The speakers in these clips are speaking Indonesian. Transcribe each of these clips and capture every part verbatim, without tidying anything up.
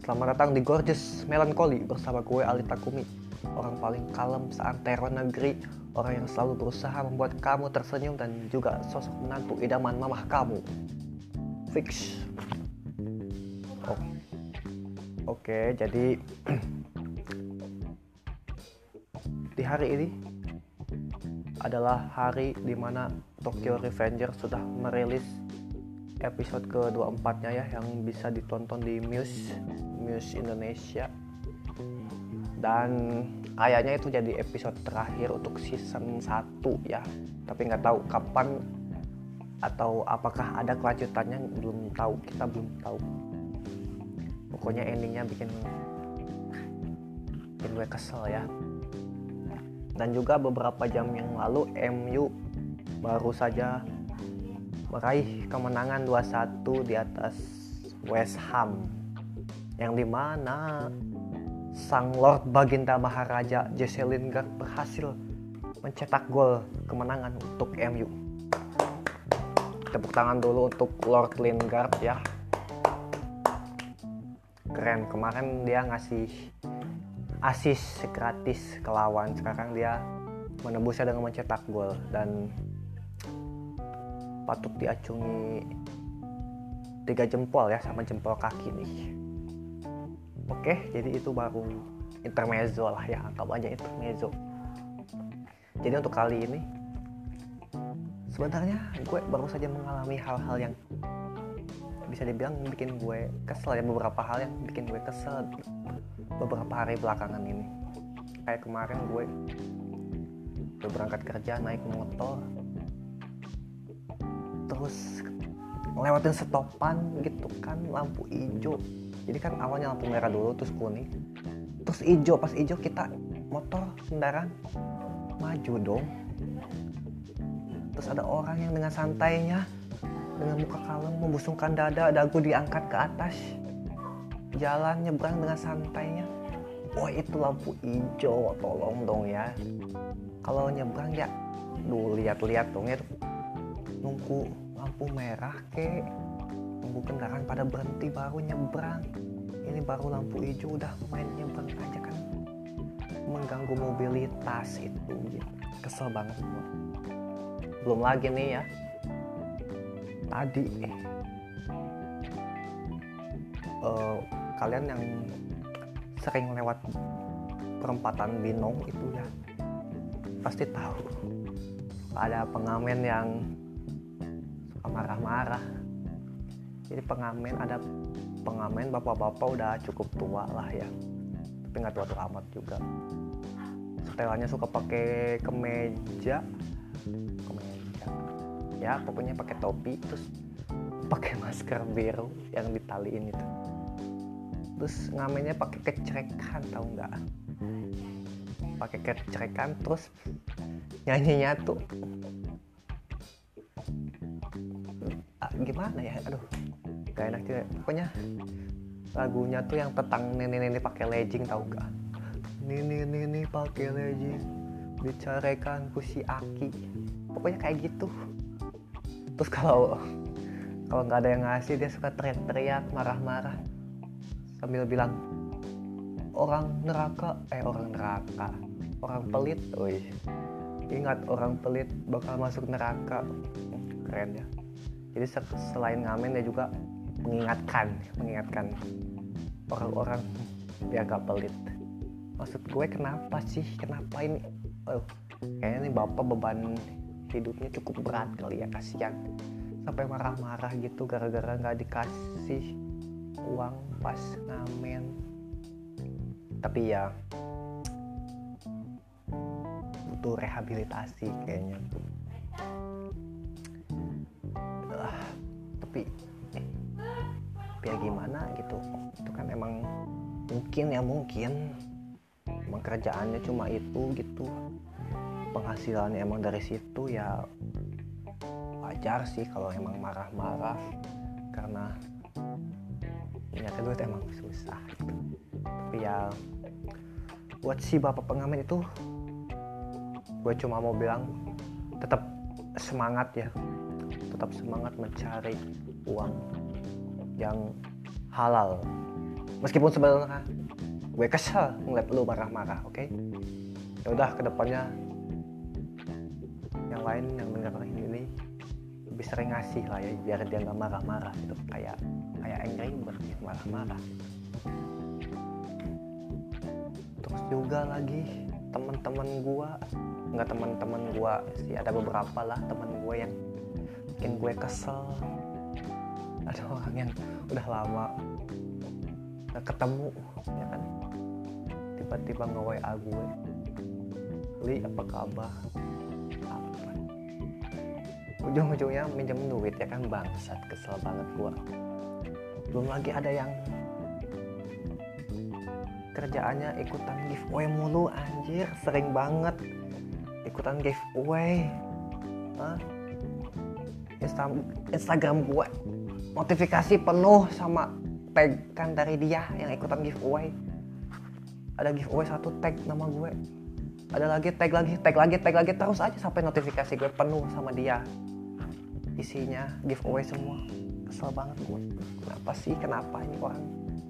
Selamat datang di Gorgeous Melancholy bersama gue Ali Takumi, orang paling kalem seantero negeri, orang yang selalu berusaha membuat kamu tersenyum dan juga sosok menantu idaman mamah kamu. Fix. Oh. Oke, jadi di hari ini adalah hari dimana Tokyo Revenger sudah merilis episode ke dua puluh empat-nya ya, yang bisa ditonton di Muse Muse Indonesia. Dan kayaknya itu jadi episode terakhir untuk season satu ya. Tapi nggak tahu kapan atau apakah ada kelanjutannya, belum tahu, kita belum tahu. Pokoknya endingnya bikin bikin gue kesel ya. Dan juga beberapa jam yang lalu M U baru saja meraih kemenangan dua satu di atas West Ham, yang dimana sang Lord Baginda Maharaja Jesse Lingard berhasil mencetak gol kemenangan untuk M U. Tepuk tangan dulu untuk Lord Lingard ya. Keren, kemarin dia ngasih assist gratis ke lawan, sekarang dia menembusnya dengan mencetak gol, dan patut diacungi tiga jempol ya, sama jempol kaki nih. Oke, jadi itu baru intermezzo lah ya, anggap aja intermezzo. Jadi untuk kali ini sebenarnya gue baru saja mengalami hal-hal yang bisa dibilang bikin gue kesel ya, beberapa hal yang bikin gue kesel beberapa hari belakangan ini. Kayak kemarin gue gue berangkat kerja naik motor, terus ngelewatin stopan gitu kan, lampu hijau. Jadi kan awalnya lampu merah dulu, terus kuning, terus hijau. Pas hijau kita motor kendaraan maju dong. Terus ada orang yang dengan santainya, dengan muka kalem, membusungkan dada, dagu diangkat ke atas, jalan nyebrang dengan santainya. Wah, itu lampu hijau, tolong dong ya. Kalau nyebrang ya, duh lihat-lihat dong ya. Nunggu lampu merah kek, nunggu kendaraan pada berhenti baru nyebrang. Ini baru lampu hijau udah main nyebrang aja kan, mengganggu mobilitas itu gitu. Kesel banget gua. Belum lagi nih ya, tadi eh, uh, kalian yang sering lewat perempatan Binong itu ya pasti tahu ada pengamen yang marah-marah. Jadi pengamen, ada pengamen bapak-bapak udah cukup tua lah ya, tapi nggak tua-tua amat juga. Setelannya suka pakai kemeja, kemeja, ya pokoknya pakai topi, terus pakai masker biru yang ditaliin itu. Terus ngamennya pakai kecrekan, tahu nggak? Pakai kecrekan, terus nyanyinya tuh gimana ya, aduh gak enak juga. Pokoknya lagunya tuh yang tentang nenek-nenek pakai legging, tahu gak? Nenek-nenek pakai legging dicarekan ku si Aki, pokoknya kayak gitu. Terus kalau kalau nggak ada yang ngasih, dia suka teriak-teriak, marah-marah sambil bilang orang neraka, eh orang neraka, orang pelit, woi ingat orang pelit bakal masuk neraka. Keren ya. Jadi selain ngamen dia juga mengingatkan, mengingatkan orang-orang biar gak pelit. Maksud gue kenapa sih, kenapa ini? Oh, kayaknya nih bapak beban hidupnya cukup berat kali ya, kasihan. Sampai marah-marah gitu gara-gara gak dikasih uang pas ngamen. Tapi ya butuh rehabilitasi kayaknya tuh. Tapi eh, biar gimana gitu, itu kan emang mungkin ya mungkin emang kerjaannya cuma itu gitu, penghasilannya emang dari situ ya. Wajar sih kalau emang marah-marah, karena nyata duit emang susah gitu. Tapi ya buat si bapak pengamen itu, gue cuma mau bilang tetap semangat ya, tetap semangat mencari uang yang halal, meskipun sebenarnya gue kesel ngeliat lu marah-marah, oke okay? Ya udah, kedepannya yang lain yang dengerin ini lebih sering ngasih lah ya, biar dia nggak marah-marah gitu, kayak kayak Angry Bird ya, marah-marah. Terus juga lagi teman-teman gua, nggak teman-teman gua sih, ada beberapa lah teman gua yang bikin gue kesel. Ada orang yang udah lama nggak ketemu ya kan, tiba-tiba nge-W A gue, Li apa kabar, apa, ujung-ujungnya minjem duit ya kan, bangsat, kesel banget gua. Belum lagi ada yang kerjaannya ikutan giveaway mulu, anjir, sering banget ikutan giveaway. Hah? Insta- Instagram gue notifikasi penuh sama tag kan dari dia yang ikutan giveaway. Ada giveaway satu, tag nama gue, ada lagi tag lagi, tag lagi, tag lagi, terus aja sampai notifikasi gue penuh sama dia, isinya giveaway semua. Kesel banget gue, kenapa sih, kenapa ini orang.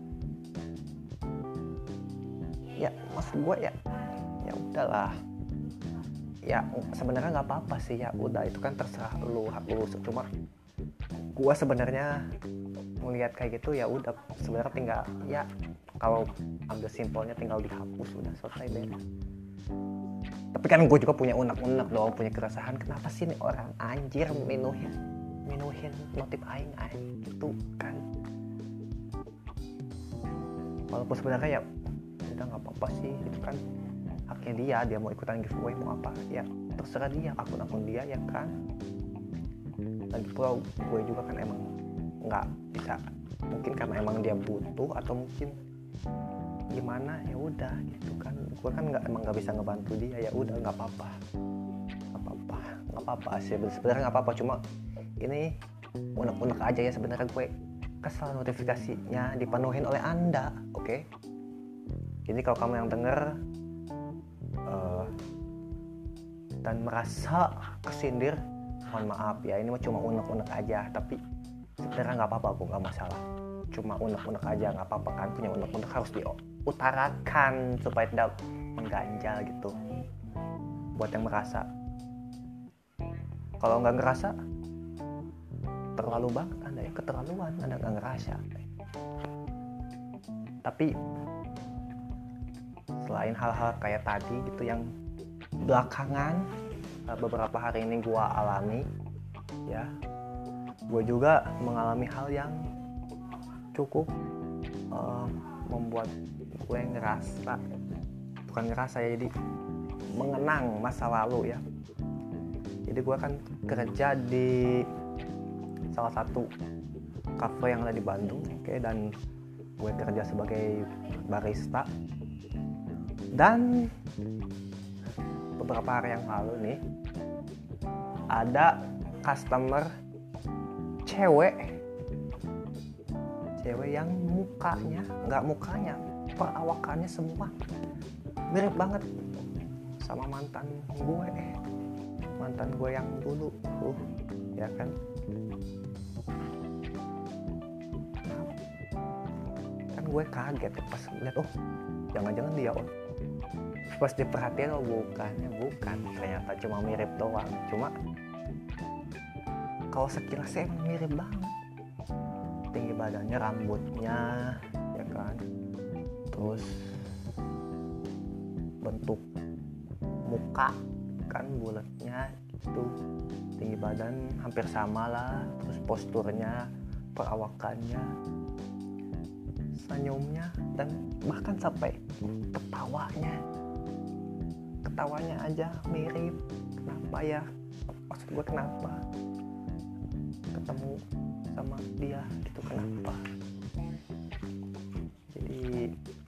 Ya maksud gue ya, ya udahlah ya, sebenarnya nggak apa-apa sih ya, udah itu kan terserah lu, hak lu. Cuma gue sebenarnya melihat kayak gitu ya udah, sebenarnya tinggal ya, kalau ambil simpelnya tinggal dihapus, udah selesai beres. Tapi kan gue juga punya unek-unek dong, punya keresahan, kenapa sih nih orang anjir minuhin minuhin notif aing aing gitu kan. Walaupun sebenarnya ya udah nggak apa-apa sih, itu kan haknya dia, dia mau ikutan giveaway mau apa ya terserah dia, akun-akun dia ya kan. Lagi pula gue juga kan emang nggak bisa, mungkin karena emang dia butuh atau mungkin gimana, ya udah gitu kan. Gue kan nggak, emang nggak bisa ngebantu dia, ya udah nggak apa-apa, nggak apa-apa, nggak apa-apa sih sebenarnya, nggak apa-apa. Cuma ini unek-unek aja ya sebenarnya, gue kesal notifikasinya dipenuhin oleh Anda, oke okay? Jadi kalau kamu yang denger uh, dan merasa kesindir, mohon maaf ya, ini mah cuma unek-unek aja, tapi sebenarnya nggak apa-apa, aku nggak masalah, cuma unek-unek aja, nggak apa-apa kan, punya unek-unek harus diutarakan supaya tidak mengganjal gitu. Buat yang merasa, kalau nggak ngerasa terlalu banget Anda ya, keterlaluan Anda nggak ngerasa. Tapi selain hal-hal kayak tadi gitu yang belakangan beberapa hari ini gue alami ya, gue juga mengalami hal yang cukup uh, membuat gue ngerasa, bukan ngerasa ya, jadi mengenang masa lalu ya. Jadi gue kan kerja di salah satu kafe yang ada di Bandung, oke okay, dan gue kerja sebagai barista. Dan beberapa hari yang lalu nih ada customer cewek cewek yang mukanya, nggak mukanya, perawakannya semua mirip banget sama mantan gue mantan gue yang dulu uh, ya kan. Kan gue kaget pas lihat, oh jangan-jangan dia, oh pas diperhatiin, oh bukan, ya bukan, ternyata cuma mirip doang. Cuma kalau sekilas emang mirip banget, tinggi badannya, rambutnya ya kan, terus bentuk muka kan bulatnya gitu, tinggi badan hampir sama lah, terus posturnya, perawakannya, senyumnya, dan bahkan sampai ketawanya ketawanya aja mirip. Kenapa ya, maksud gue kenapa ketemu sama dia gitu, kenapa. Jadi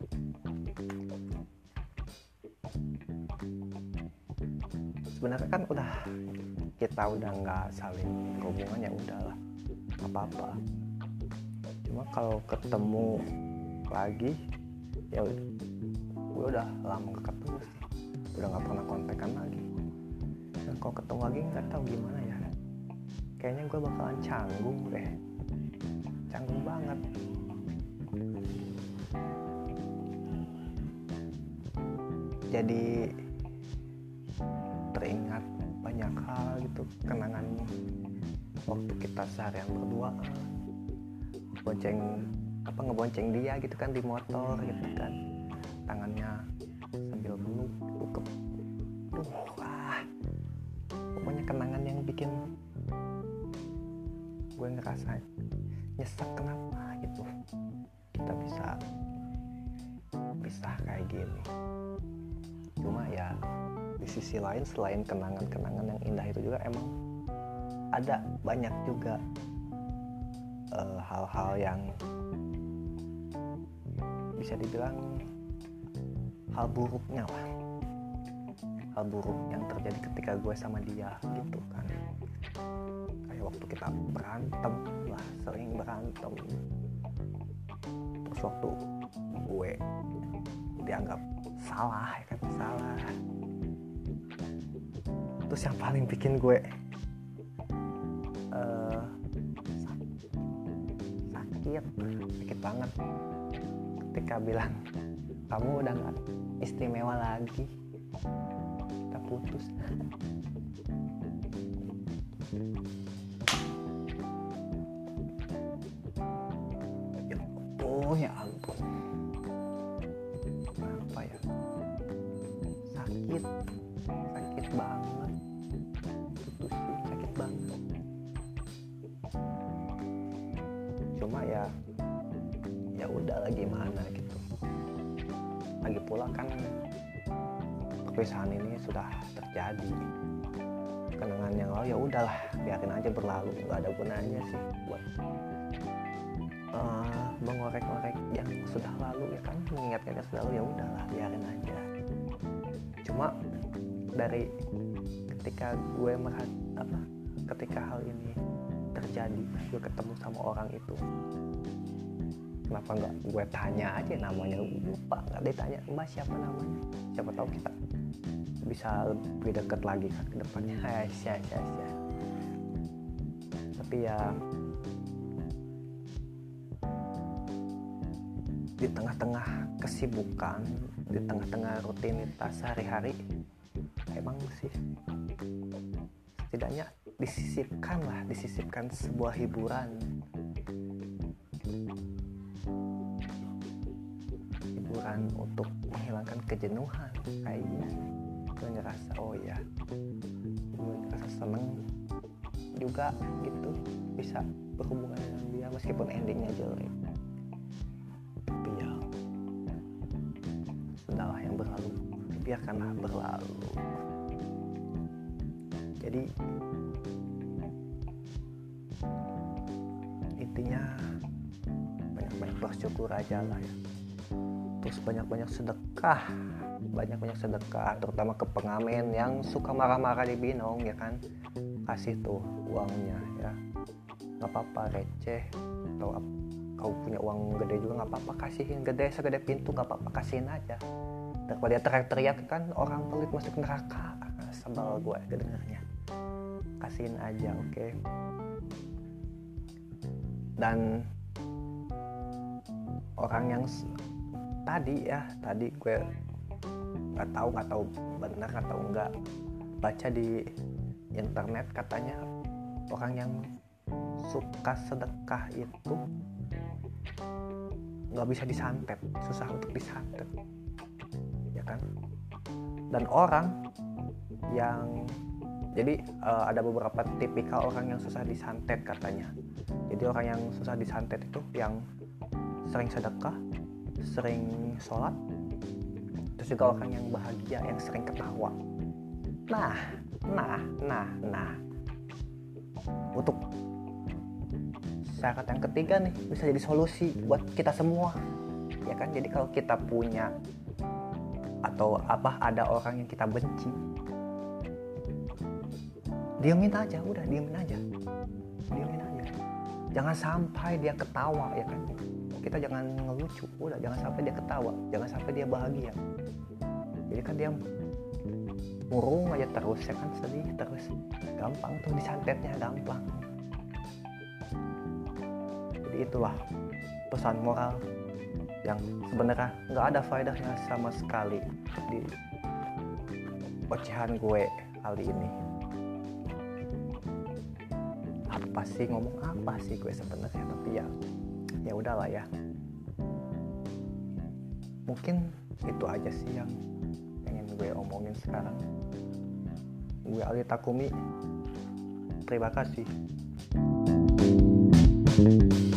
sebenarnya kan udah, kita udah nggak saling hubungan, ya udahlah, nggak apa-apa. Cuma kalau ketemu lagi ya gue udah lama gak ketemu sih, udah nggak pernah kontekan lagi. Dan kalau ketemu lagi nggak tahu gimana ya, kayaknya gue bakalan canggung deh, canggung banget. jadi teringat banyak hal gitu, kenangan waktu kita seharian berdua bonceng apa ngebonceng dia gitu kan di motor gitu kan, tangannya sambil meluk ke duh ah pokoknya kenangan yang bikin gue ngerasa nyesek kenapa gitu kita bisa bisa kayak gini. Cuma ya di sisi lain selain kenangan-kenangan yang indah itu juga emang ada banyak juga uh, hal-hal yang bisa dibilang hal buruknya lah, hal buruk yang terjadi ketika gue sama dia gitu kan. Kayak waktu kita berantem lah, sering berantem, terus waktu gue dianggap salah ya kan, salah. Terus yang paling bikin gue uh, sakit sakit banget ketika bilang kamu udah gak istimewa lagi, kita putus. Ya ampun, ya ampun, kenapa ya, sakit sakit banget, putusin sakit banget. Cuma ya ya udahlah gimana gitu. Lagi pula kan perpisahan ini sudah terjadi, kenangan yang lalu ya udahlah biarin aja berlalu, nggak ada gunanya sih buat uh, mengorek-ngorek yang sudah lalu ya kan, mengingatkan yang sudah lalu, ya udahlah biarin aja. Cuma dari ketika gue merhat apa ketika hal ini terjadi, gue ketemu sama orang itu, kenapa nggak gue tanya aja namanya, lupa nggak ditanya mbak siapa namanya, siapa tahu kita bisa lebih dekat lagi kan ke depannya. Hai sia sia sia. Tapi ya di tengah-tengah kesibukan, di tengah-tengah rutinitas sehari-hari, emang sih setidaknya disisipkan lah, disisipkan sebuah hiburan. Hiburan untuk menghilangkan kejenuhan kayak gini. Gue ngerasa oh ya, gue ngerasa seneng juga gitu bisa berhubungan dengan dia meskipun endingnya jelek. Tapi ya sudahlah, yang berlalu biarkanlah berlalu. Jadi intinya banyak-banyak bersyukur aja lah ya. Terus banyak-banyak sedekah, banyak-banyak sedekah, terutama ke pengamen yang suka marah-marah di Binong ya kan, kasih tuh uangnya ya, nggak apa-apa receh, atau kau punya uang gede juga nggak apa-apa, kasihin, gede segede pintu nggak apa-apa, kasihin aja. Daripada dia teriak-teriak kan orang pelit masuk neraka, sebal gue kedengarnya. Kasihin aja, oke okay? Dan orang yang tadi ya tadi gue nggak tahu nggak tahu benar atau enggak, baca di internet katanya orang yang suka sedekah itu nggak bisa disantet, susah untuk disantet ya kan. Dan orang yang jadi uh, ada beberapa tipikal orang yang susah disantet katanya. Jadi orang yang susah disantet itu yang sering sedekah, sering sholat, terus juga orang yang bahagia, yang sering ketawa. Nah, nah, nah, nah. Untuk syarat yang ketiga nih bisa jadi solusi buat kita semua, ya kan? Jadi kalau kita punya atau apa ada orang yang kita benci, diemin aja, udah diemin aja, diemin aja. Jangan sampai dia ketawa, ya kan? Kita jangan ngelucu, udah jangan sampai dia ketawa, jangan sampai dia bahagia. Jadi kan dia murung aja terus, ya kan, sedih terus, gampang tuh disantetnya, gampang. Jadi itulah pesan moral yang sebenarnya nggak ada faedahnya sama sekali di ocehan gue kali ini. Apa sih, ngomong apa sih gue sebenarnya, tapi ya ya udahlah ya. Mungkin itu aja sih yang pengen gue omongin sekarang. Gue Ali Takumi, terima kasih.